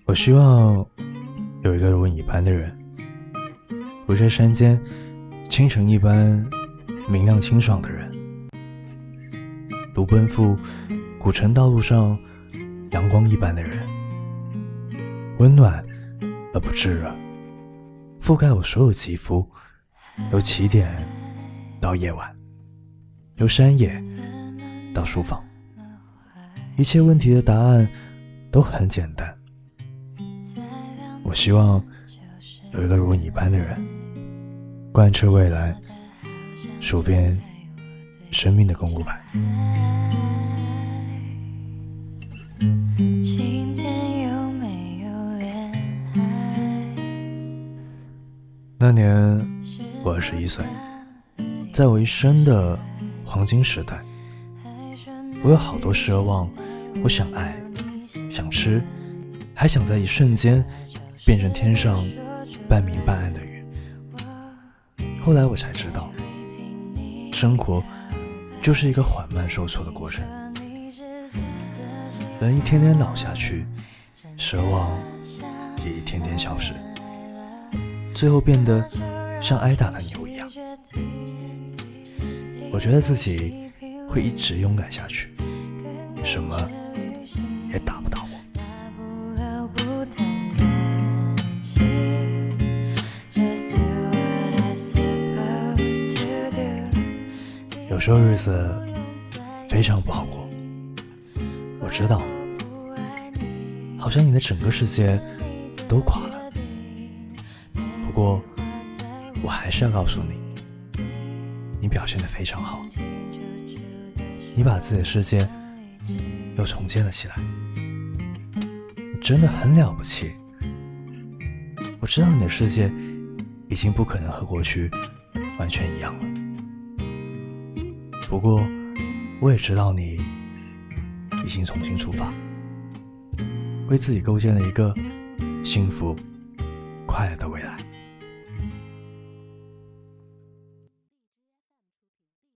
我希望有一个如你般的人，如这山间清晨一般明亮清爽的人，如奔赴古城道路上阳光一般的人，温暖而不炙热，覆盖我所有肌肤，由起点到夜晚，由山野到书房，一切问题的答案都很简单。我希望有一个如你般的人，贯彻未来，数遍生命的公路牌。 今天有没有恋爱？ 那年我21岁，在我一生的黄金时代，我有好多奢望，我想爱，想吃，还想在一瞬间变成天上半明半暗的云。后来我才知道，生活就是一个缓慢受挫的过程，人一天天老下去，奢望也一天天消失，最后变得像挨打的牛一样。我觉得自己会一直勇敢下去，什么也打不倒我。有时候日子非常不好过，我知道，好像你的整个世界都垮了。不过我还是要告诉你，你表现得非常好，你把自己的世界又重建了起来，你真的很了不起。我知道你的世界已经不可能和过去完全一样了，不过我也知道你已经重新出发，为自己构建了一个幸福快乐的未来。